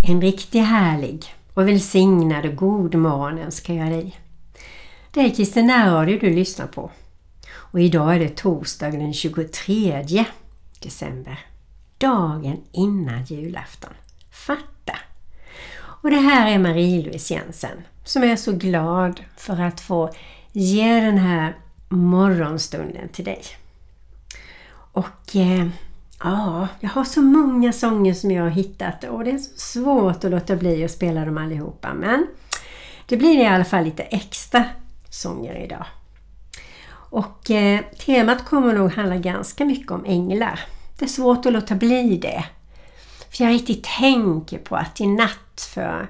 En riktigt härlig och välsignad och god morgon ska jag dig. Det är Kristina Radio du lyssnar på. Och idag är det torsdag den 23 december. Dagen innan julafton. Fatta! Och det här är Marie-Louise Jensen som är så glad för att få ge den här morgonstunden till dig. Och jag har så många sånger som jag har hittat och det är så svårt att låta bli att spela dem allihopa. Men det blir i alla fall lite extra sånger idag. Och temat kommer nog handla ganska mycket om änglar. Det är svårt att låta bli det. För jag riktigt tänker på att i natt för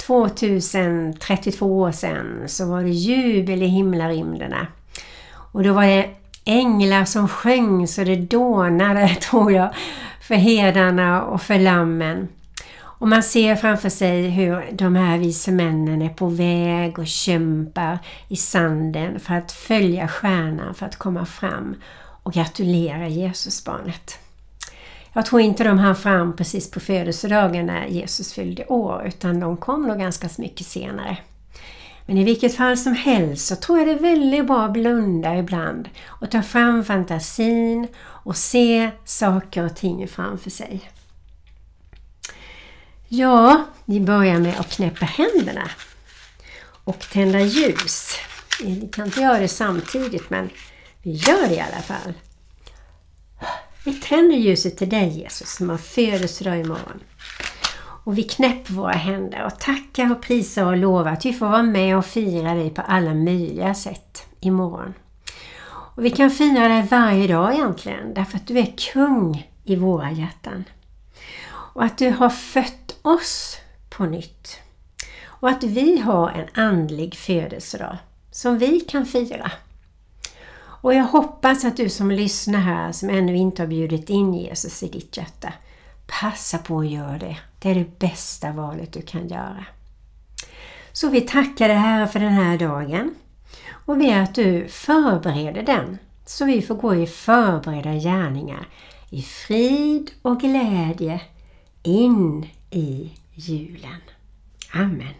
2032 år sedan så var det jubel i himlarymderna. Och då var det änglar som sjöng så det dånade, tror jag, för herdarna och för lammen. Och man ser framför sig hur de här vise männen är på väg och kämpar i sanden för att följa stjärnan för att komma fram och gratulera Jesusbarnet. Jag tror inte de hann fram precis på födelsedagen när Jesus fyllde år, utan de kom nog ganska mycket senare. Men i vilket fall som helst så tror jag det är väldigt bra att blunda ibland och ta fram fantasin och se saker och ting framför sig. Ja, vi börjar med att knäppa händerna och tända ljus. Vi kan inte göra det samtidigt, men vi gör det i alla fall. Vi tänder ljuset till dig, Jesus, som har födelsedag imorgon. Och vi knäpper våra händer och tackar och prisar och lovar att vi får vara med och fira dig på alla möjliga sätt imorgon. Och vi kan fira dig varje dag egentligen, därför att du är kung i våra hjärtan. Och att du har fött oss på nytt. Och att vi har en andlig födelsedag som vi kan fira. Och jag hoppas att du som lyssnar här, som ännu inte har bjudit in Jesus i ditt hjärta, passa på att göra det. Det är det bästa valet du kan göra. Så vi tackar dig här för den här dagen. Och ber att du förbereder den. Så vi får gå i förberedda gärningar. I frid och glädje in i julen. Amen.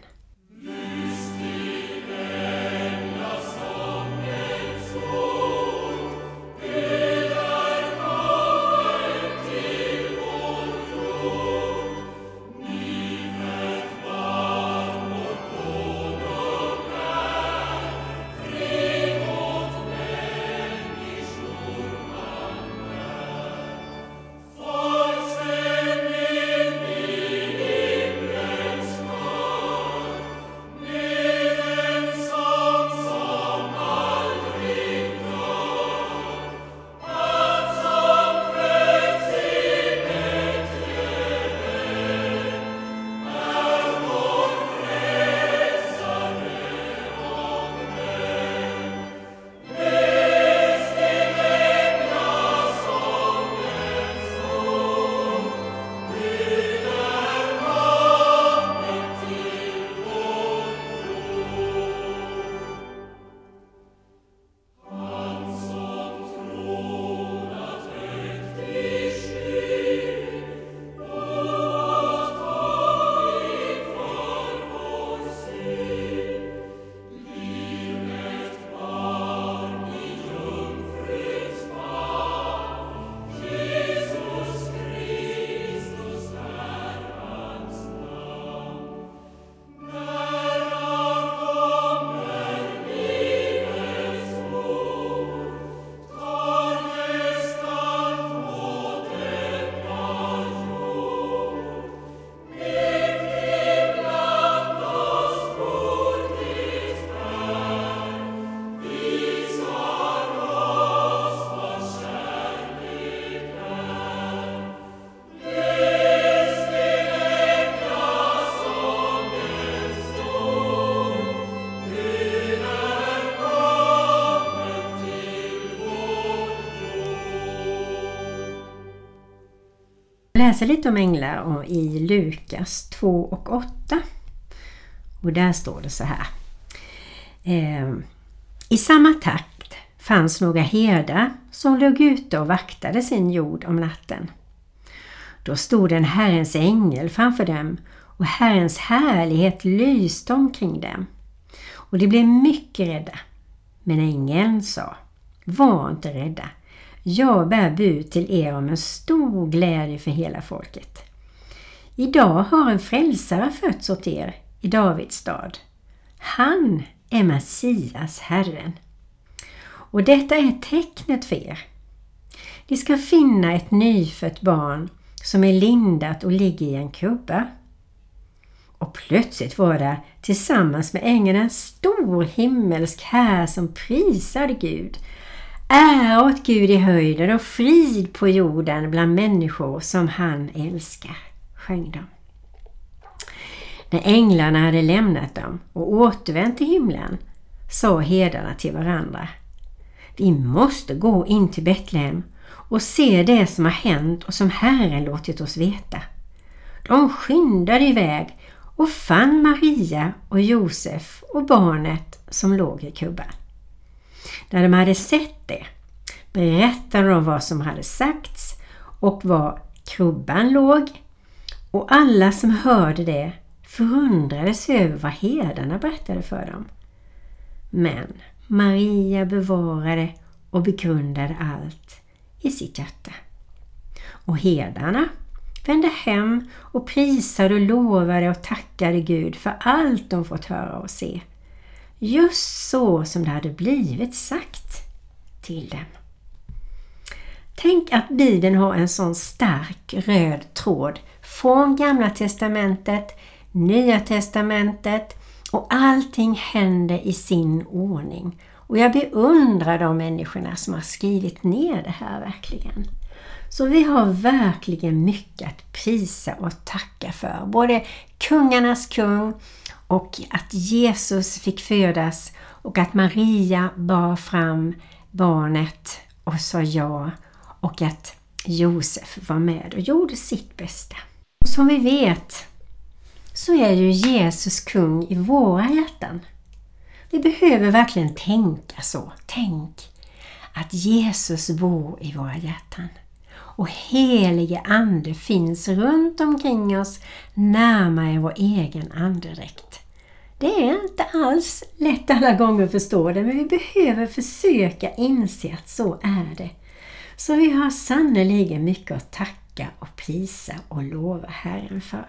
läser lite om änglar i Lukas 2 och 8. Och där står det så här. I samma takt fanns några herdar som låg ute och vaktade sin jord om natten. Då stod en Herrens ängel framför dem och Herrens härlighet lyste omkring dem. Och de blev mycket rädda. Men ängeln sa: var inte rädda. Jag bär bud till er om en stor glädje för hela folket. Idag har en frälsare fötts åt er i Davids stad. Han är Messias, Herren. Och detta är tecknet för er. Ni ska finna ett nyfött barn som är lindat och ligger i en krubba. Och plötsligt var det tillsammans med ängeln en stor himmelsk här som prisade Gud. Ära åt Gud i höjden och frid på jorden bland människor som han älskar, sjöng de. När änglarna hade lämnat dem och återvänt till himlen sa herdarna till varandra: vi måste gå in till Betlehem och se det som har hänt och som Herren låtit oss veta. De skyndade iväg och fann Maria och Josef och barnet som låg i krubban. När de hade sett det berättade de vad som hade sagts och var krubban låg, och alla som hörde det förundrades över vad herdarna berättade för dem. Men Maria bevarade och begrundade allt i sitt hjärta. Och herdarna vände hem och prisade och lovade och tackade Gud för allt de fått höra och se. Just så som det hade blivit sagt till dem. Tänk att Bibeln har en sån stark röd tråd från Gamla testamentet, Nya testamentet, och allting händer i sin ordning. Och jag beundrar de människorna som har skrivit ner det här verkligen. Så vi har verkligen mycket att prisa och tacka för. Både kungarnas kung och att Jesus fick födas och att Maria bar fram barnet och sa ja, och att Josef var med och gjorde sitt bästa. Som vi vet så är ju Jesus kung i våra hjärtan. Vi behöver verkligen tänka så. Tänk att Jesus bor i våra hjärtan. Och helige ande finns runt omkring oss, närmare vår egen andedräkt. Det är inte alls lätt alla gånger att förstå det, men vi behöver försöka inse att så är det. Så vi har sannoliken mycket att tacka och prisa och lova Herren för.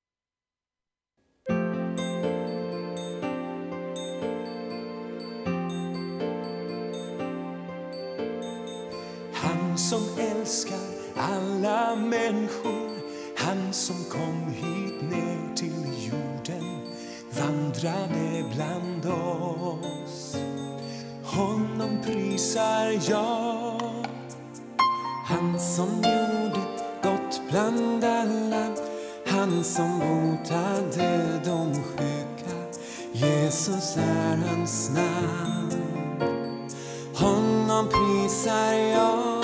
Han som älskar alla människor, han som kom hit ner till jorden, vandrade bland oss. Honom prisar jag. Han som gjorde gott bland alla, han som botade de sjuka. Jesus är hans namn. Honom prisar jag.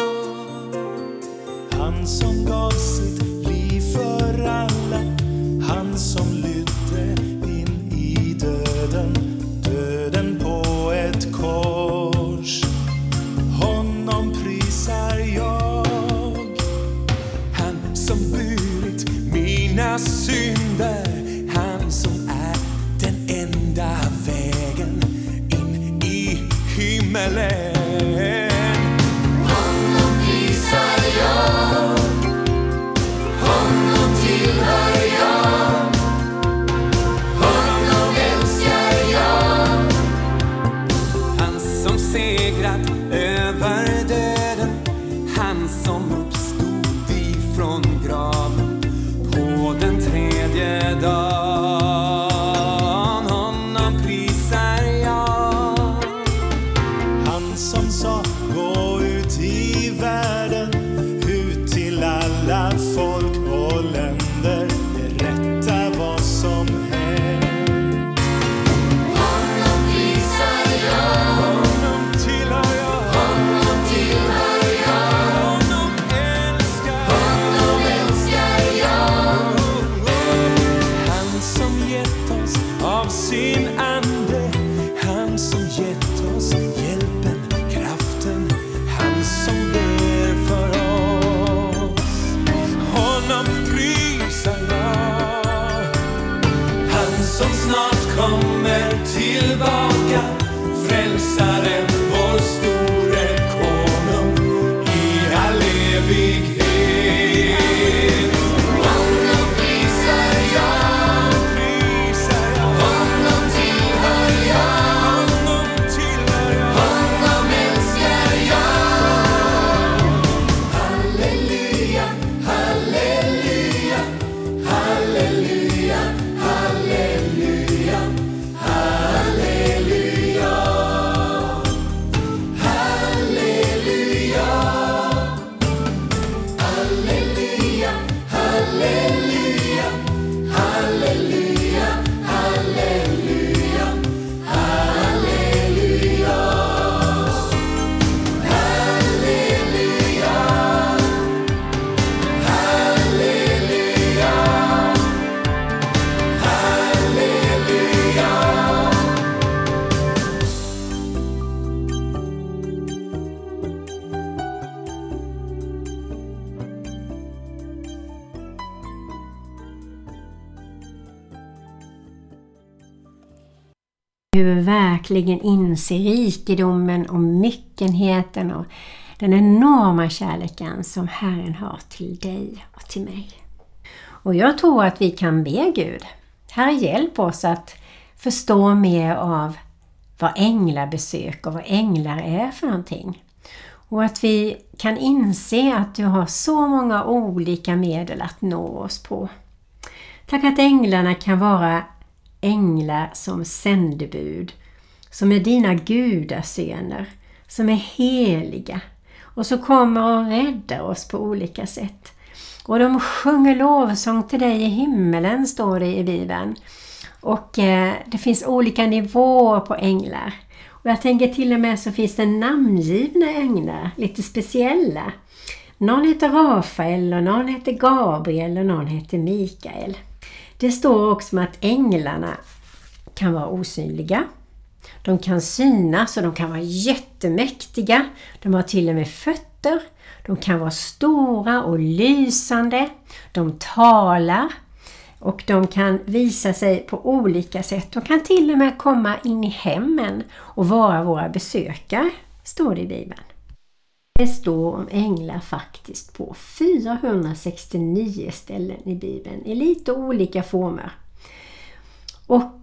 Han som gav sitt liv för alla, han som lydde in i döden, döden på ett kors. Honom prisar jag. Han som burit mina synder, han som är den enda vägen in i himmelen. Honom prisar jag. Honom tillhör jag. Honom älskar jag. Han som segrat över döden, han som uppstod ifrån graven på den tredje dagen. Honom prisar jag. Han som sa gå ut i världen, ut till alla folk och länder, berätta vad som hänt. Honom prisar jag. Honom tillhör jag. Honom tillhör jag. Honom kommer tillbaka, frälsaren vår store konung i all evighet. Honom prisar jag, honom tillhör jag, honom älskar jag. Halleluja, halleluja, halleluja, halleluja, halleluja, halleluja, halleluja, halleluja, halleluja, halleluja, halleluja, Vi behöver verkligen inse rikedomen och myckenheten och den enorma kärleken som Herren har till dig och till mig. Och jag tror att vi kan be Gud. Herre, hjälp oss att förstå mer av vad änglabesök och vad änglar är för någonting. Och att vi kan inse att du har så många olika medel att nå oss på. Tack att änglarna kan vara änglar som sändebud, som är dina gudasöner, som är heliga och så kommer och räddar oss på olika sätt. Och de sjunger lovsång till dig i himmelen, står det i Bibeln. Och det finns olika nivåer på änglar. Och jag tänker till och med så finns det namngivna änglar, lite speciella. Någon heter Rafael och någon heter Gabriel och någon heter Mikael. Det står också att änglarna kan vara osynliga. De kan synas och de kan vara jättemäktiga. De har till och med fötter. De kan vara stora och lysande. De talar och de kan visa sig på olika sätt. De kan till och med komma in i hemmen och vara våra besökare, står det i Bibeln. Det står om änglar faktiskt på 469 ställen i Bibeln i lite olika former. Och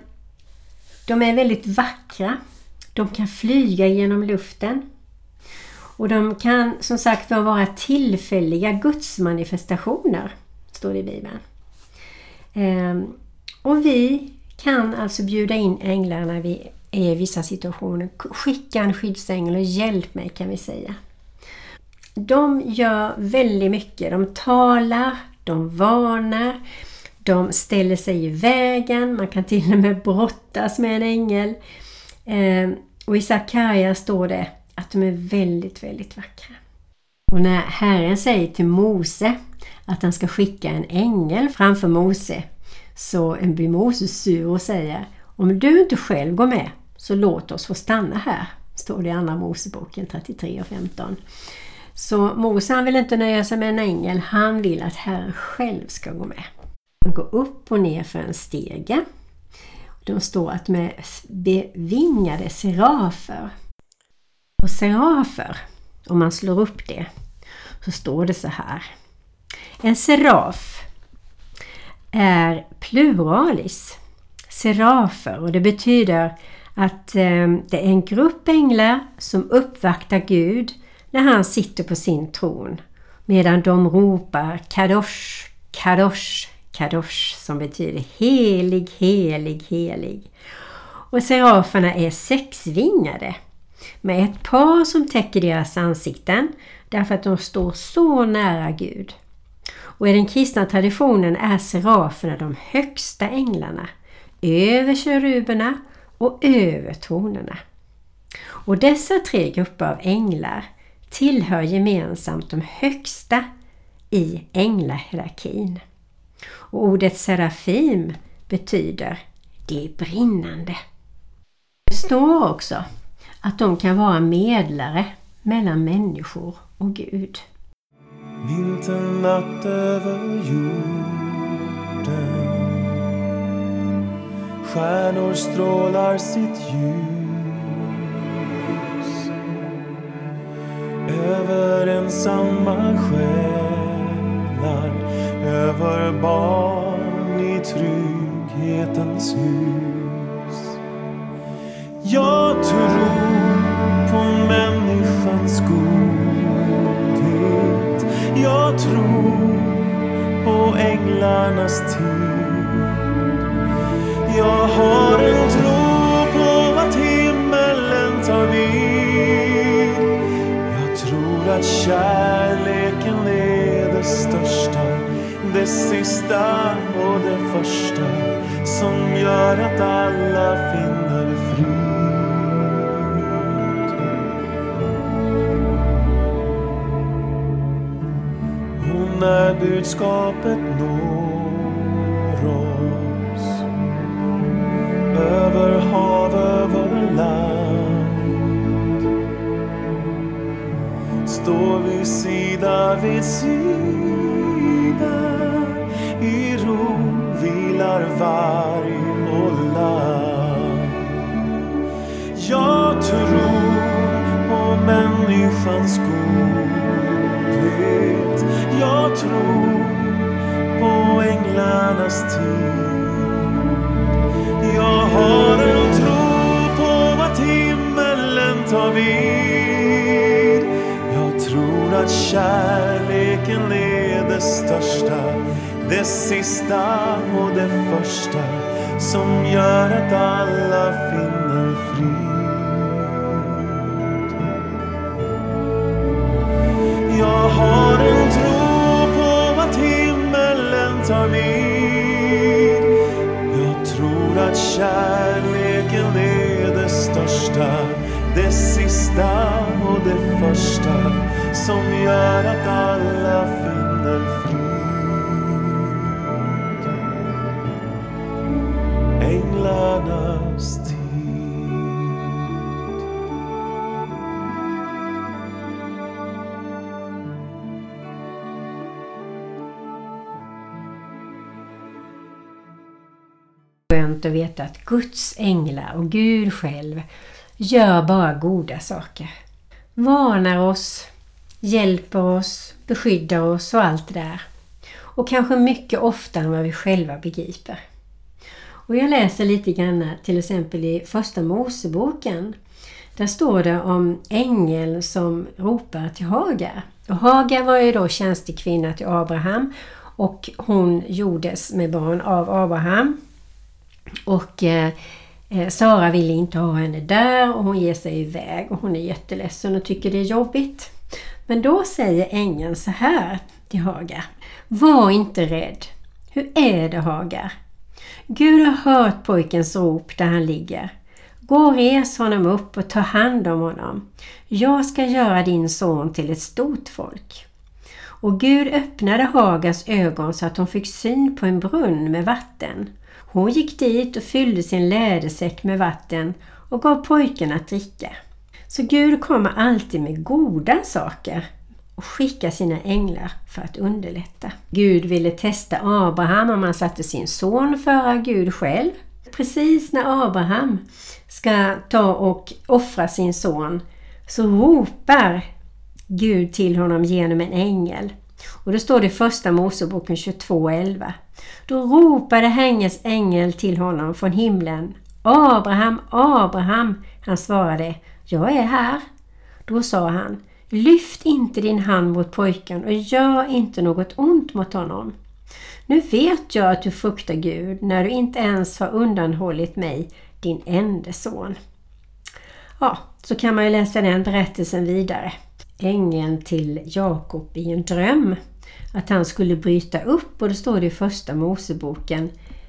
de är väldigt vackra. De kan flyga genom luften. Och de kan som sagt vara tillfälliga gudsmanifestationer, står det i Bibeln. Och vi kan alltså bjuda in änglar när vi är i vissa situationer. Skicka en skyddsängel och hjälp mig, kan vi säga. De gör väldigt mycket. De talar, de varnar, de ställer sig i vägen. Man kan till och med brottas med en ängel. Och i Sakarja står det att de är väldigt, väldigt vackra. Och när Herren säger till Mose att han ska skicka en ängel framför Mose, så blir Mose sur och säger: om du inte själv går med, så låt oss få stanna här. Står det i andra Moseboken 33 och 15. Så Mose, han vill inte nöja sig med en ängel. Han vill att Herren själv ska gå med. Han går upp och ner för en stege. De står att med bevingade serafer. Och serafer, om man slår upp det, så står det så här. En seraf är pluralis. Serafer, och det betyder att det är en grupp änglar som uppvaktar Gud när han sitter på sin tron, medan de ropar Kadosh, Kadosh, Kadosh, som betyder helig, helig, helig. Och seraferna är sexvingade med ett par som täcker deras ansikten därför att de står så nära Gud. Och i den kristna traditionen är seraferna de högsta änglarna, över keruberna och över tronerna. Och dessa tre grupper av änglar tillhör gemensamt de högsta i änglahierarkin. Och ordet serafim betyder det brinnande. Det står också att de kan vara medlare mellan människor och Gud. Vinternatt över jorden, stjärnor strålar sitt ljus över ensamma själar, över barn i trygghetens hus. Jag tror på människans godhet, jag tror på änglarnas tid. Jag har en tro på att himmelen tar vid. Jag tror att kärleken är det största, det sista och det första, som gör att alla finner frid. Och när budskapet når oss över hav, över land, står vi sida vid sida, i ro vilar varg och lamm. Jag tror på människans godhet, jag tror på änglarnas tid. Jag har en tro på att himmelen tar vid. Jag tror att kärleken är det största, det sista och det första, som gör att alla finner frid. Jag har en tro på att himmelen tar vid. Jag tror att kärleken är det största, det sista och det första, som gör att alla finner frid. Änglarnas tid. Skönt att veta att Guds änglar och Gud själv gör bara goda saker. Varnar oss, hjälper oss, beskyddar oss och allt det där. Och kanske mycket oftare än vad vi själva begriper. Och jag läser lite grann till exempel i första Moseboken. Där står det om ängeln som ropar till Hagar. Och Hagar var ju då tjänstekvinna till Abraham. Och hon gjordes med barn av Abraham. Och Sara ville inte ha henne där och hon ger sig iväg. Och hon är jätteledsen och tycker det är jobbigt. Men då säger ängeln så här till Hagar. Var inte rädd. Hur är det, Hagar? Gud har hört pojkens rop där han ligger. Gå och res honom upp och ta hand om honom. Jag ska göra din son till ett stort folk. Och Gud öppnade Hagars ögon så att hon fick syn på en brunn med vatten. Hon gick dit och fyllde sin lädersäck med vatten och gav pojken att dricka. Så Gud kommer alltid med goda saker och skickar sina änglar för att underlätta. Gud ville testa Abraham om han satte sin son före Gud själv. Precis när Abraham ska ta och offra sin son så ropar Gud till honom genom en ängel. Och då står det i första Moseboken 22:11. Då ropade Herrens ängel till honom från himlen. Abraham, Abraham, han svarade, jag är här. Då sa han, lyft inte din hand mot pojken och gör inte något ont mot honom. Nu vet jag att du fruktar Gud när du inte ens har undanhållit mig, din enda son. Ja, så kan man ju läsa den berättelsen vidare. Ängeln till Jakob i en dröm att han skulle bryta upp, och det står det i första Moseboken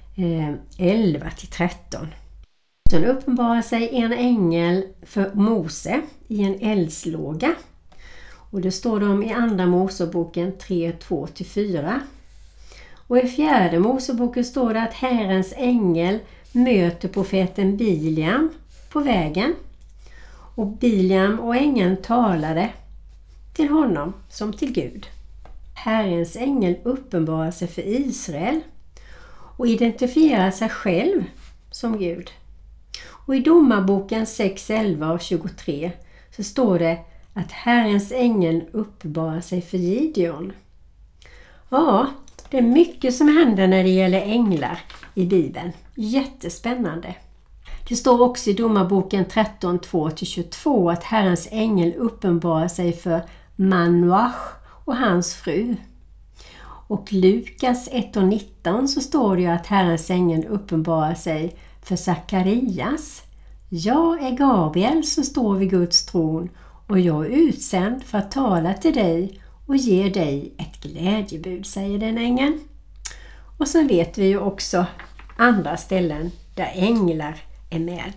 11-13. Sen uppenbarar sig en ängel för Mose i en eldslåga. Och det står det om i andra Moseboken 3:2-4. Och i fjärde Moseboken står det att Herrens ängel möter profeten Biliam på vägen. Och Biliam och ängeln talade till honom som till Gud. Herrens ängel uppenbarar sig för Israel och identifierar sig själv som Gud. Och i Domarboken 6, 11 och 23 så står det att Herrens ängel uppenbarar sig för Gideon. Ja, det är mycket som händer när det gäller änglar i Bibeln. Jättespännande. Det står också i Domarboken 13, 2-22 att Herrens ängel uppenbarar sig för Manoach och hans fru. Och Lukas 1 och 19 så står det ju att Herrens ängel uppenbarar sig för Sakarias. Jag är Gabriel som står vid Guds tron och jag är utsänd för att tala till dig och ge dig ett glädjebud, säger den ängeln. Och så vet vi ju också andra ställen där änglar är med.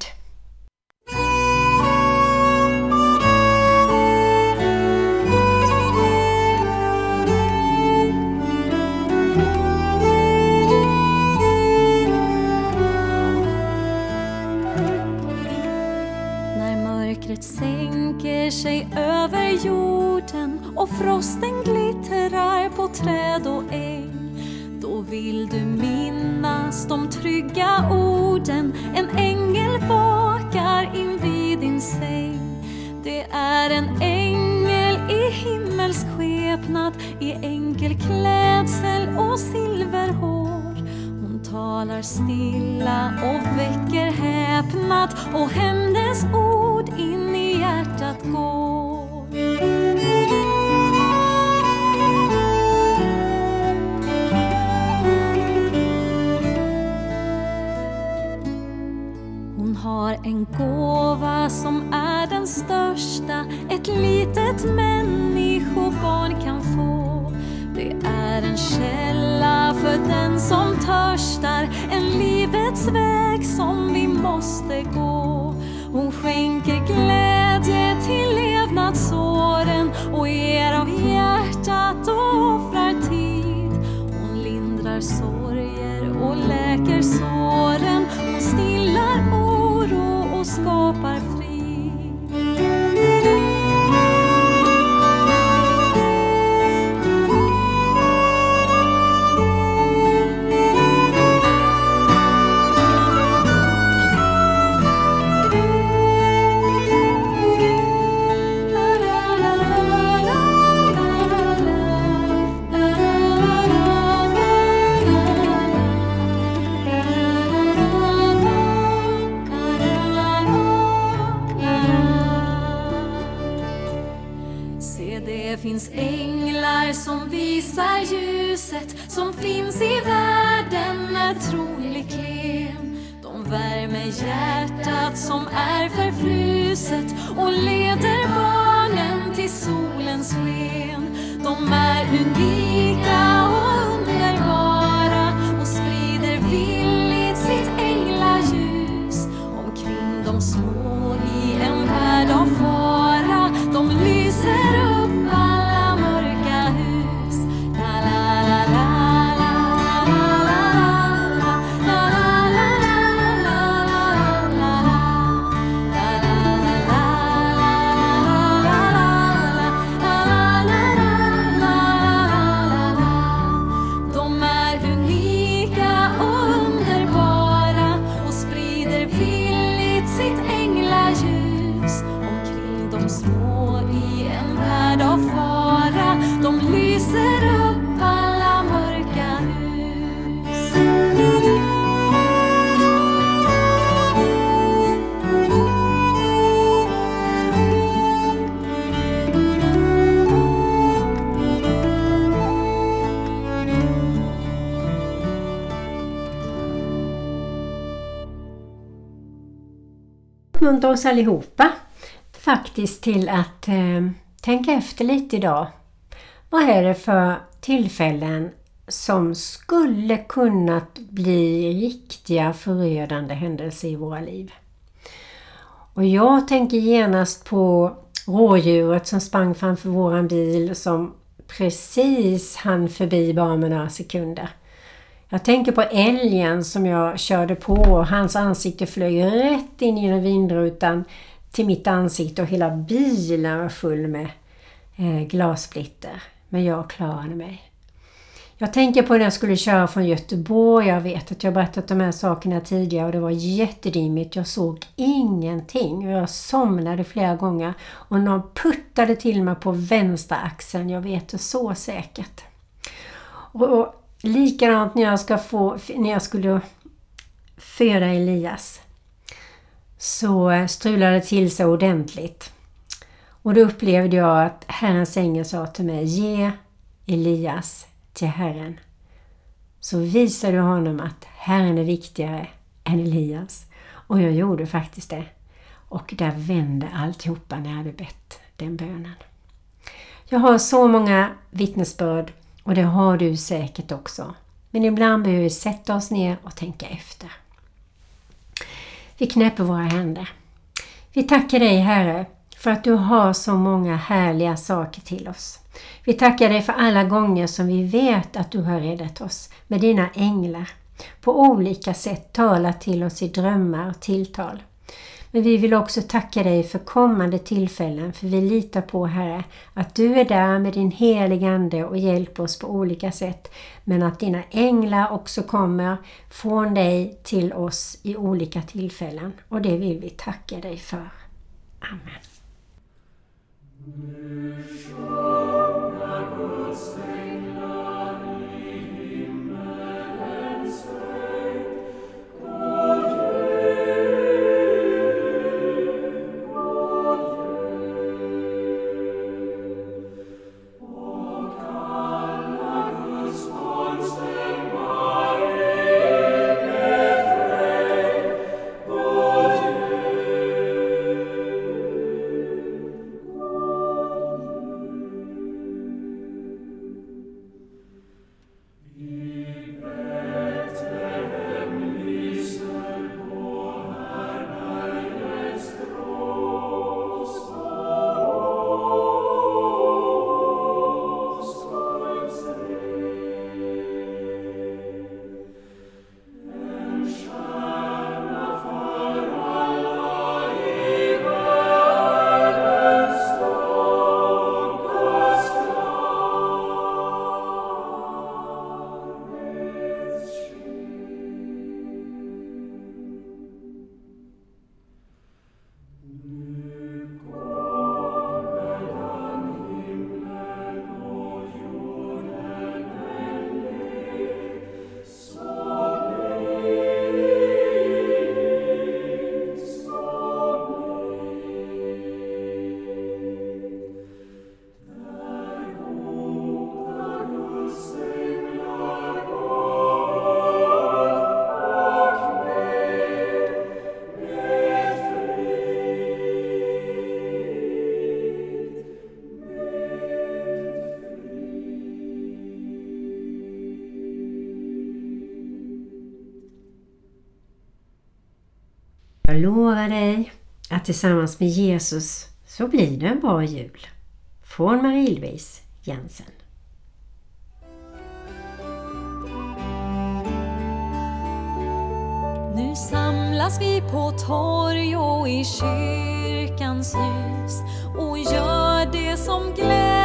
Sänker sig över jorden och frosten glittrar på träd och äng. Då vill du minnas de trygga orden. En ängel vakar invid din säng. Det är en ängel i himmelskepnad, i enkel klädsel och silverhår. Hon talar stilla och väcker häpnad och hennes ord in i hjärtat går. Hon har en gåva som är den största ett litet människobarn kan få. Det är en källa för den som törstar, en livets väg som vi måste gå. Hon skänker glädje till levnadsåren och ger av hjärtat och offrar tid. Hon lindrar sorger och läker såren. Hon stillar oro och skapar frid. Det finns änglar som visar ljuset som finns i världen när tron blir klen. De värmer hjärtat som är förfruset och leder barnen till solens sken. De är unika och underbara och sprider villigt sitt änglaljus omkring de små i en värld av fara. De lyser upp alla mörka hus. La la la la la la la la la la la. De är unika och underbara och sprider villigt sitt änglaljus omkring de små i en värld av fara. De lyser upp alla mörka hus. Uppmuntra oss allihopa faktiskt till att tänka efter lite idag. Vad är det för tillfällen som skulle kunnat bli riktiga förödande händelser i våra liv? Och jag tänker genast på rådjuret som sprang framför våran bil som precis hann förbi bara med några sekunder. Jag tänker på älgen som jag körde på och hans ansikte flög rätt in genom vindrutan till mitt ansikte och hela bilen var full med glassplitter. Men jag klarade mig. Jag tänker på när jag skulle köra från Göteborg. Jag vet att jag berättat de här sakerna tidigare och det var jättedimmigt. Jag såg ingenting och jag somnade flera gånger. Och någon puttade till mig på vänstra axeln. Jag vet det så säkert. Och likadant när jag skulle föda Elias. Så strulade det till sig ordentligt. Och då upplevde jag att Herrens ängel sa till mig: ge Elias till Herren. Så visade du honom att Herren är viktigare än Elias. Och jag gjorde faktiskt det. Och där vände alltihopa när jag hade bett den bönen. Jag har så många vittnesbörd och det har du säkert också. Men ibland behöver vi sätta oss ner och tänka efter. Vi knäpper våra händer. Vi tackar dig, Herre, för att du har så många härliga saker till oss. Vi tackar dig för alla gånger som vi vet att du har räddat oss med dina änglar. På olika sätt talat till oss i drömmar och tilltal. Men vi vill också tacka dig för kommande tillfällen, för vi litar på, Herre, att du är där med din heliga ande och hjälper oss på olika sätt. Men att dina änglar också kommer från dig till oss i olika tillfällen. Och det vill vi tacka dig för. Amen. Jag lovar dig att tillsammans med Jesus så blir det en bra jul. Från Marie-Louise Jensen. Nu samlas vi på torg och i kyrkans hus och gör det som glädjer